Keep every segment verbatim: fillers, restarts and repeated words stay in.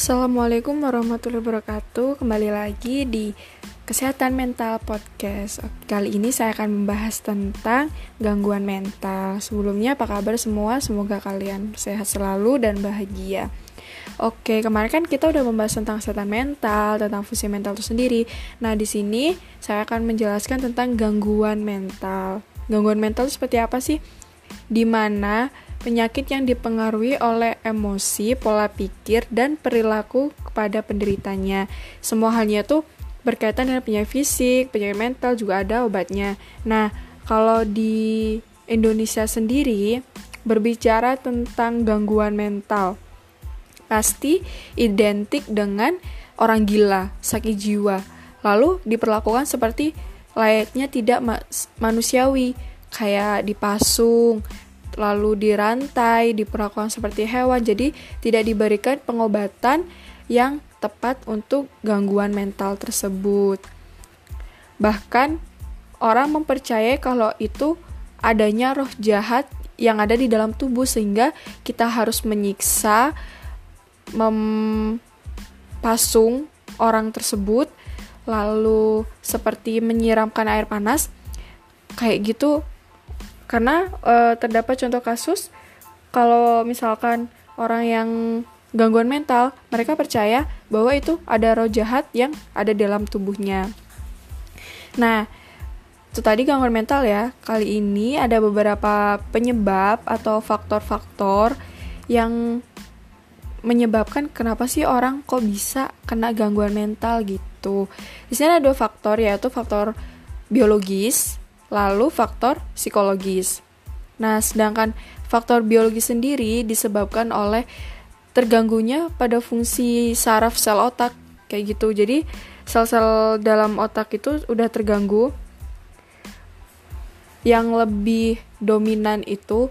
Assalamualaikum warahmatullahi wabarakatuh. Kembali lagi di Kesehatan Mental Podcast. Kali ini saya akan membahas tentang gangguan mental. Sebelumnya apa kabar semua? Semoga kalian sehat selalu dan bahagia. Oke, kemarin kan kita udah membahas tentang kesehatan mental, tentang fungsi mental itu sendiri. Nah, di sini saya akan menjelaskan tentang gangguan mental. Gangguan mental itu seperti apa sih? Di mana penyakit yang dipengaruhi oleh emosi, pola pikir, dan perilaku kepada penderitanya. Semua halnya tuh berkaitan dengan penyakit fisik, penyakit mental juga ada obatnya. Nah, kalau di Indonesia sendiri, berbicara tentang gangguan mental, pasti identik dengan orang gila, sakit jiwa. Lalu diperlakukan seperti layaknya tidak ma- manusiawi, kayak dipasung, lalu dirantai, diperlakukan seperti hewan, jadi tidak diberikan pengobatan yang tepat untuk gangguan mental tersebut. Bahkan orang mempercayai kalau itu adanya roh jahat yang ada di dalam tubuh, sehingga kita harus menyiksa, mempasung orang tersebut, lalu seperti menyiramkan air panas, kayak gitu. Karena e, terdapat contoh kasus kalau misalkan orang yang gangguan mental, mereka percaya bahwa itu ada roh jahat yang ada dalam tubuhnya. Nah, itu tadi gangguan mental ya. Kali ini ada beberapa penyebab atau faktor-faktor yang menyebabkan kenapa sih orang kok bisa kena gangguan mental gitu. Di sini ada dua faktor, yaitu faktor biologis, lalu faktor psikologis. Nah, sedangkan faktor biologis sendiri disebabkan oleh terganggunya pada fungsi saraf sel otak, kayak gitu. Jadi, sel-sel dalam otak itu udah terganggu. Yang lebih dominan itu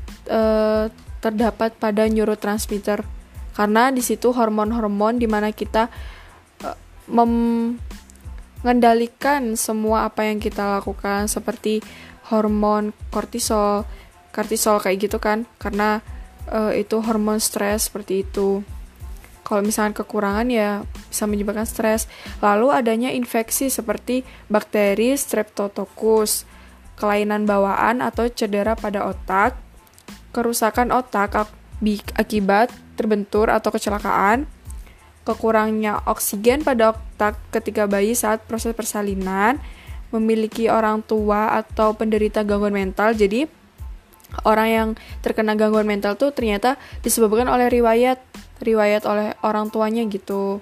eh, terdapat pada neurotransmitter. Karena di situ hormon-hormon di mana kita eh, mem mengendalikan semua apa yang kita lakukan, seperti hormon kortisol, kortisol kayak gitu kan, karena e, itu hormon stres seperti itu. Kalau misalkan kekurangan ya bisa menyebabkan stres. Lalu adanya infeksi seperti bakteri Streptococcus, kelainan bawaan atau cedera pada otak, kerusakan otak akibat terbentur atau kecelakaan, kekurangnya oksigen pada otak ketika bayi saat proses persalinan, memiliki orang tua atau penderita gangguan mental. Jadi orang yang terkena gangguan mental tuh ternyata disebabkan oleh riwayat riwayat oleh orang tuanya gitu.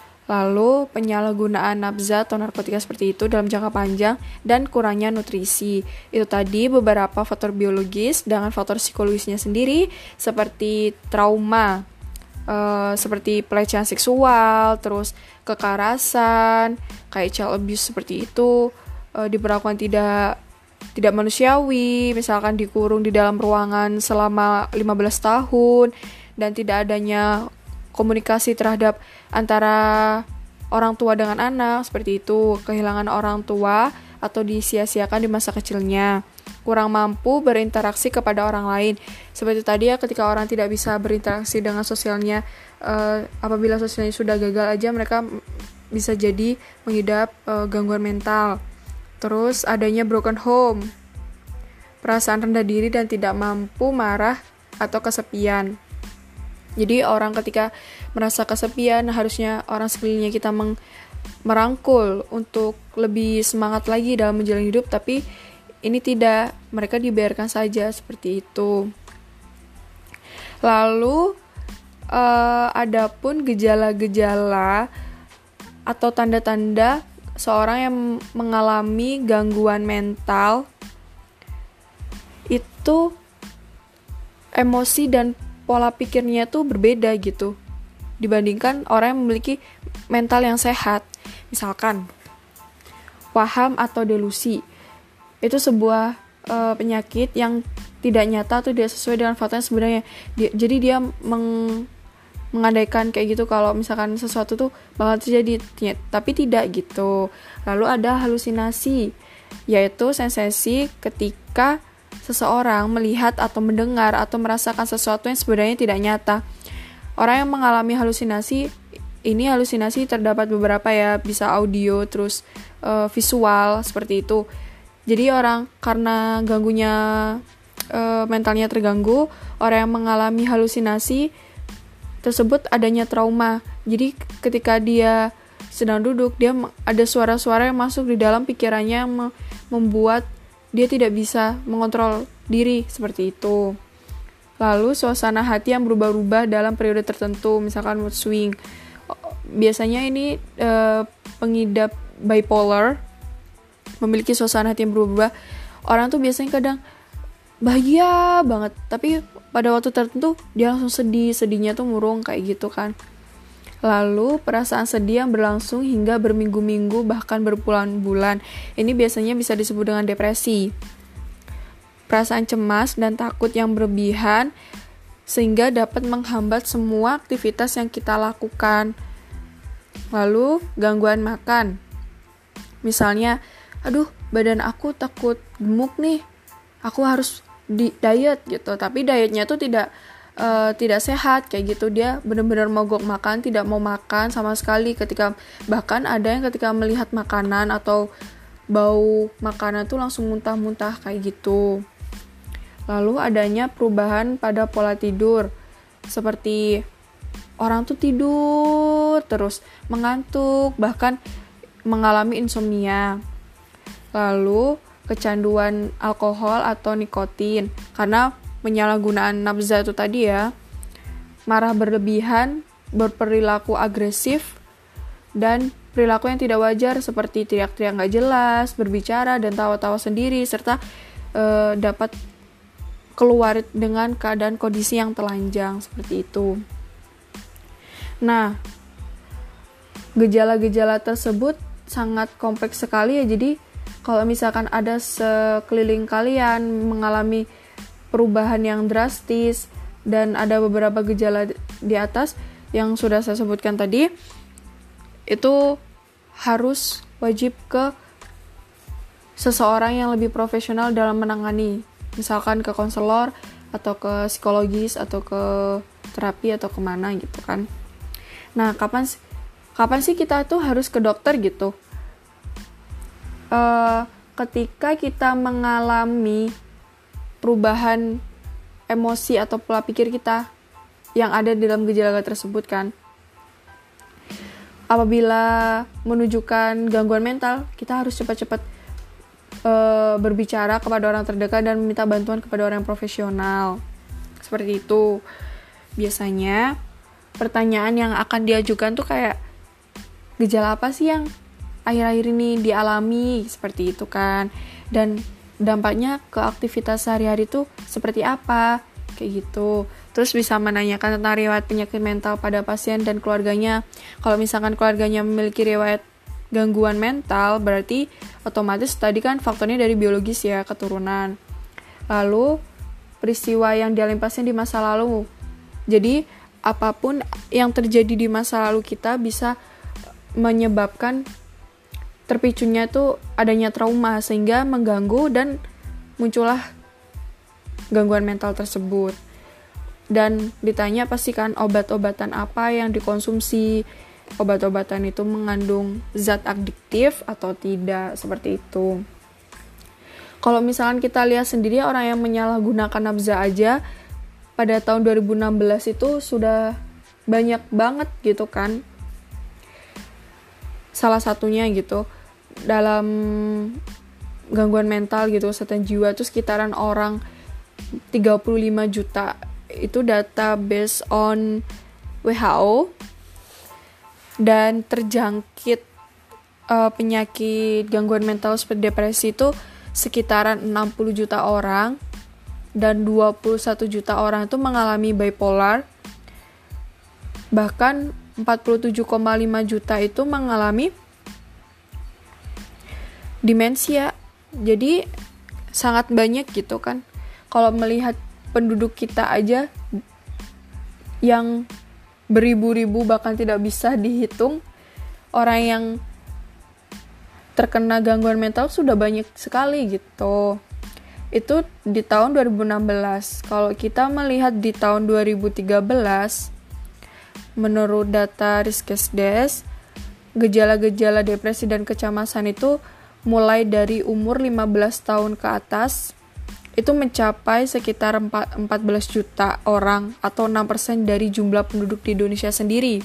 Lalu penyalahgunaan nafza atau narkotika seperti itu dalam jangka panjang, dan kurangnya nutrisi. Itu tadi beberapa faktor biologis. Dengan faktor psikologisnya sendiri seperti trauma, Uh, seperti pelecehan seksual, terus kekerasan, kayak child abuse seperti itu, uh, diperlakukan tidak tidak manusiawi, misalkan dikurung di dalam ruangan selama lima belas tahun, dan tidak adanya komunikasi terhadap antara orang tua dengan anak, seperti itu, kehilangan orang tua atau disia-siakan di masa kecilnya, kurang mampu berinteraksi kepada orang lain. Seperti tadi ya, ketika orang tidak bisa berinteraksi dengan sosialnya, uh, apabila sosialnya sudah gagal aja, mereka bisa jadi mengidap uh, gangguan mental. Terus adanya broken home, perasaan rendah diri dan tidak mampu marah atau kesepian. Jadi orang ketika merasa kesepian, harusnya orang sekelilingnya kita meng- merangkul untuk lebih semangat lagi dalam menjalani hidup, tapi ini tidak, mereka dibiarkan saja seperti itu. Lalu uh, adapun gejala-gejala atau tanda-tanda seorang yang mengalami gangguan mental, itu emosi dan pola pikirnya tuh berbeda gitu dibandingkan orang yang memiliki mental yang sehat. Misalkan waham atau delusi, itu sebuah uh, penyakit yang tidak nyata atau tidak sesuai dengan fakta yang sebenarnya. Dia, jadi dia meng, mengandaikan kayak gitu kalau misalkan sesuatu tuh bakal terjadi, tapi tidak gitu. Lalu ada halusinasi, yaitu sensasi ketika seseorang melihat atau mendengar atau merasakan sesuatu yang sebenarnya tidak nyata. Orang yang mengalami halusinasi ini halusinasi terdapat beberapa ya, bisa audio, terus uh, visual, seperti itu. Jadi orang karena ganggunya uh, mentalnya terganggu, orang yang mengalami halusinasi tersebut adanya trauma. Jadi ketika dia sedang duduk, dia ada suara-suara yang masuk di dalam pikirannya yang membuat dia tidak bisa mengontrol diri, seperti itu. Lalu suasana hati yang berubah-ubah dalam periode tertentu, misalkan mood swing. Biasanya ini uh, pengidap bipolar memiliki suasana hati yang berubah. Orang tuh biasanya kadang bahagia banget, tapi pada waktu tertentu dia langsung sedih, sedihnya tuh murung kayak gitu kan. Lalu perasaan sedih yang berlangsung hingga berminggu-minggu bahkan berbulan-bulan. Ini biasanya bisa disebut dengan depresi. Perasaan cemas dan takut yang berlebihan sehingga dapat menghambat semua aktivitas yang kita lakukan. Lalu gangguan makan. Misalnya, aduh badan aku takut gemuk nih, aku harus di diet gitu, tapi dietnya tuh tidak uh, tidak sehat kayak gitu. Dia benar-benar mogok makan, tidak mau makan sama sekali. Ketika bahkan ada yang ketika melihat makanan atau bau makanan tuh langsung muntah-muntah kayak gitu. Lalu adanya perubahan pada pola tidur, seperti orang tuh tidur terus, mengantuk, bahkan mengalami insomnia. Lalu kecanduan alkohol atau nikotin, karena penyalahgunaan nafza itu tadi ya, marah berlebihan, berperilaku agresif, dan perilaku yang tidak wajar seperti teriak-teriak gak jelas, berbicara dan tawa-tawa sendiri, serta e, dapat keluar dengan keadaan kondisi yang telanjang seperti itu. Nah, gejala-gejala tersebut sangat kompleks sekali ya. Jadi kalau misalkan ada sekeliling kalian mengalami perubahan yang drastis dan ada beberapa gejala di atas yang sudah saya sebutkan tadi, itu harus wajib ke seseorang yang lebih profesional dalam menangani, misalkan ke konselor atau ke psikologis atau ke terapi atau kemana gitu kan. Nah, kapan kapan sih kita tuh harus ke dokter gitu? Uh, ketika kita mengalami perubahan emosi atau pola pikir kita yang ada di dalam gejala tersebut kan. Apabila menunjukkan gangguan mental, kita harus cepat-cepat uh, berbicara kepada orang terdekat dan meminta bantuan kepada orang profesional. Seperti itu. Biasanya pertanyaan yang akan diajukan tuh kayak, gejala apa sih yang akhir-akhir ini dialami, seperti itu kan, dan dampaknya ke aktivitas sehari-hari tuh seperti apa, kayak gitu. Terus bisa menanyakan tentang riwayat penyakit mental pada pasien dan keluarganya. Kalau misalkan keluarganya memiliki riwayat gangguan mental, berarti otomatis tadi kan faktornya dari biologis ya, keturunan. Lalu peristiwa yang dialami pasien di masa lalu. Jadi apapun yang terjadi di masa lalu kita bisa menyebabkan terpicunya itu adanya trauma sehingga mengganggu dan muncullah gangguan mental tersebut. Dan ditanya pastikan obat-obatan apa yang dikonsumsi, obat-obatan itu mengandung zat adiktif atau tidak, seperti itu. Kalau misalkan kita lihat sendiri orang yang menyalahgunakan nafza aja pada tahun dua ribu enam belas itu sudah banyak banget gitu kan. Salah satunya gitu, dalam gangguan mental gitu, kesehatan jiwa itu sekitaran orang tiga puluh lima juta. Itu data based on W H O. Dan terjangkit uh, penyakit gangguan mental seperti depresi itu sekitaran enam puluh juta orang. Dan dua puluh satu juta orang itu mengalami bipolar. Bahkan empat puluh tujuh koma lima juta itu mengalami demensia. Jadi sangat banyak gitu kan. Kalau melihat penduduk kita aja yang beribu-ribu bahkan tidak bisa dihitung, orang yang terkena gangguan mental sudah banyak sekali gitu. Itu di tahun dua ribu enam belas. Kalau kita melihat di tahun dua ribu tiga belas, menurut data Riskesdes, gejala-gejala depresi dan kecemasan itu mulai dari umur lima belas tahun ke atas itu mencapai sekitar empat belas juta orang atau enam persen dari jumlah penduduk di Indonesia sendiri.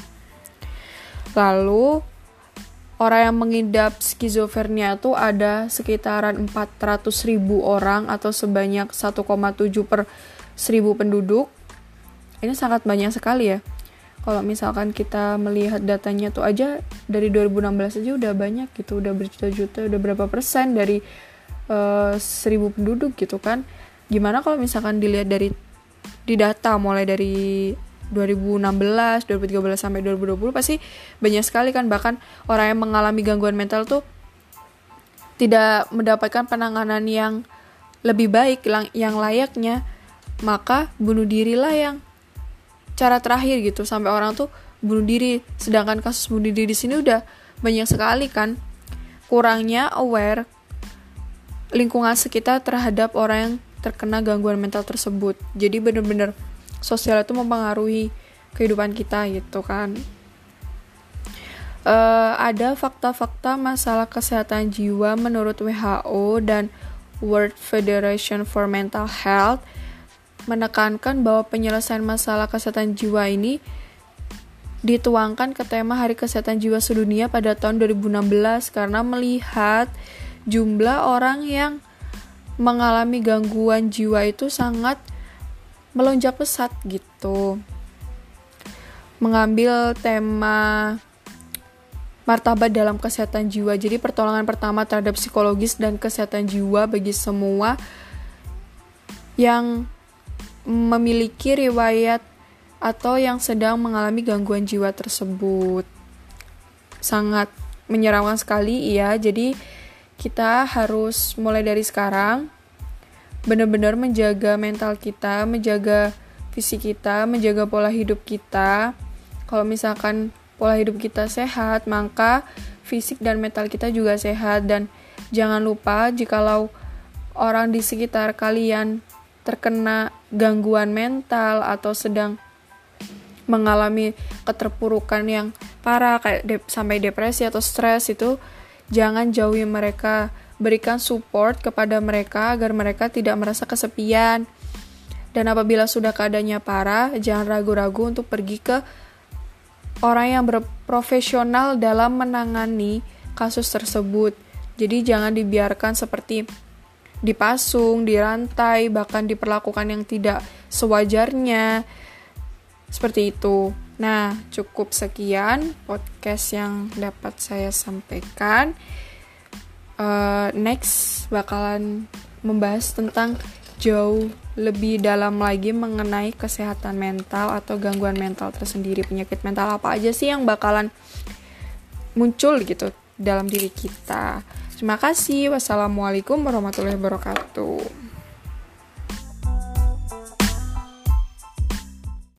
Lalu orang yang mengidap skizofrenia itu ada sekitaran empat ratus ribu orang atau sebanyak satu koma tujuh per seribu penduduk. Ini sangat banyak sekali ya. Kalau misalkan kita melihat datanya tuh aja dari dua ribu enam belas aja udah banyak gitu, udah berjuta-juta, udah berapa persen dari uh, seribu penduduk gitu kan. Gimana kalau misalkan dilihat dari di data mulai dari dua ribu enam belas, dua ribu tiga belas sampai dua ribu dua puluh pasti banyak sekali kan, bahkan orang yang mengalami gangguan mental tuh tidak mendapatkan penanganan yang lebih baik, yang layaknya, maka bunuh dirilah yang cara terakhir gitu, sampai orang tuh bunuh diri. Sedangkan kasus bunuh diri di sini udah banyak sekali kan. Kurangnya aware lingkungan sekitar terhadap orang yang terkena gangguan mental tersebut. Jadi benar-benar sosial itu mempengaruhi kehidupan kita gitu kan. Uh, ada fakta-fakta masalah kesehatan jiwa menurut W H O dan World Federation for Mental Health menekankan bahwa penyelesaian masalah kesehatan jiwa ini dituangkan ke tema Hari Kesehatan Jiwa Sedunia pada tahun dua ribu enam belas karena melihat jumlah orang yang mengalami gangguan jiwa itu sangat melonjak pesat gitu. Mengambil tema martabat dalam kesehatan jiwa. Jadi pertolongan pertama terhadap psikologis dan kesehatan jiwa bagi semua yang memiliki riwayat atau yang sedang mengalami gangguan jiwa tersebut. Sangat menyeramkan sekali ya. Jadi kita harus mulai dari sekarang benar-benar menjaga mental kita, menjaga fisik kita, menjaga pola hidup kita. Kalau misalkan pola hidup kita sehat, maka fisik dan mental kita juga sehat. Dan jangan lupa jikalau orang di sekitar kalian terkena gangguan mental atau sedang mengalami keterpurukan yang parah kayak de- sampai depresi atau stres, itu jangan jauhi mereka, berikan support kepada mereka agar mereka tidak merasa kesepian. Dan apabila sudah keadaannya parah, jangan ragu-ragu untuk pergi ke orang yang berprofesional dalam menangani kasus tersebut. Jadi jangan dibiarkan seperti dipasung, dirantai, bahkan diperlakukan yang tidak sewajarnya. Seperti itu. Nah, cukup sekian podcast yang dapat saya sampaikan. Uh, next bakalan membahas tentang jauh lebih dalam lagi mengenai kesehatan mental atau gangguan mental tersendiri. Penyakit mental apa aja sih yang bakalan muncul gitu dalam diri kita. Terima kasih. Wassalamualaikum warahmatullahi wabarakatuh.